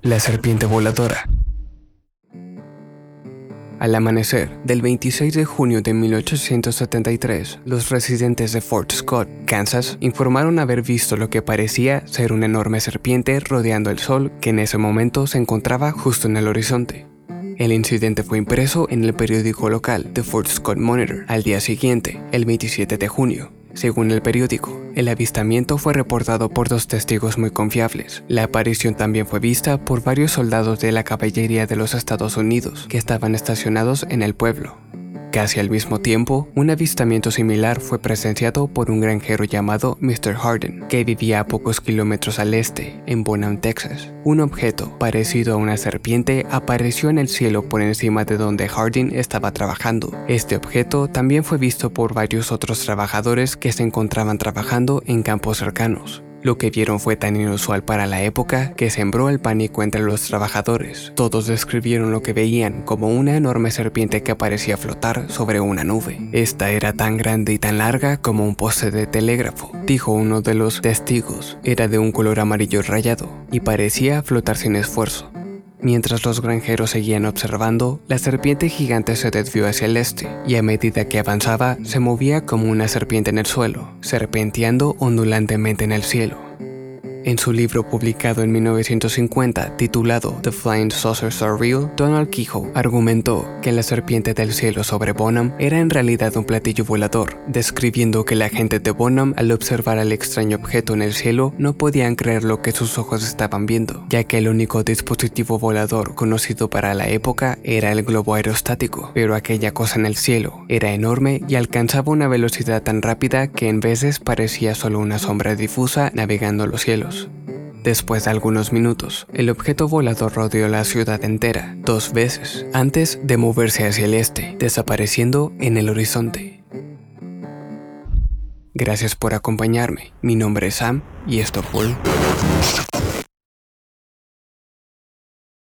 La serpiente voladora. Al amanecer del 26 de junio de 1873, los residentes de Fort Scott, Kansas, informaron haber visto lo que parecía ser una enorme serpiente rodeando el sol que en ese momento se encontraba justo en el horizonte. El incidente fue impreso en el periódico local The Fort Scott Monitor al día siguiente, el 27 de junio. Según el periódico, el avistamiento fue reportado por 2 testigos muy confiables. La aparición también fue vista por varios soldados de la caballería de los Estados Unidos que estaban estacionados en el pueblo. Casi al mismo tiempo, un avistamiento similar fue presenciado por un granjero llamado Mr. Hardin, que vivía a pocos kilómetros al este, en Bonham, Texas. Un objeto parecido a una serpiente apareció en el cielo por encima de donde Hardin estaba trabajando. Este objeto también fue visto por varios otros trabajadores que se encontraban trabajando en campos cercanos. Lo que vieron fue tan inusual para la época que sembró el pánico entre los trabajadores. Todos describieron lo que veían como una enorme serpiente que parecía flotar sobre una nube. Esta era tan grande y tan larga como un poste de telégrafo, dijo uno de los testigos. Era de un color amarillo rayado y parecía flotar sin esfuerzo. Mientras los granjeros seguían observando, la serpiente gigante se desvió hacia el este y a medida que avanzaba se movía como una serpiente en el suelo, serpenteando ondulantemente en el cielo. En su libro publicado en 1950 titulado The Flying Saucers Are Real, Donald Kehoe argumentó que la serpiente del cielo sobre Bonham era en realidad un platillo volador, describiendo que la gente de Bonham al observar al extraño objeto en el cielo no podían creer lo que sus ojos estaban viendo, ya que el único dispositivo volador conocido para la época era el globo aerostático, pero aquella cosa en el cielo era enorme y alcanzaba una velocidad tan rápida que en veces parecía solo una sombra difusa navegando los cielos. Después de algunos minutos, el objeto volador rodeó la ciudad entera 2 veces antes de moverse hacia el este, desapareciendo en el horizonte. Gracias por acompañarme. Mi nombre es Sam y esto fue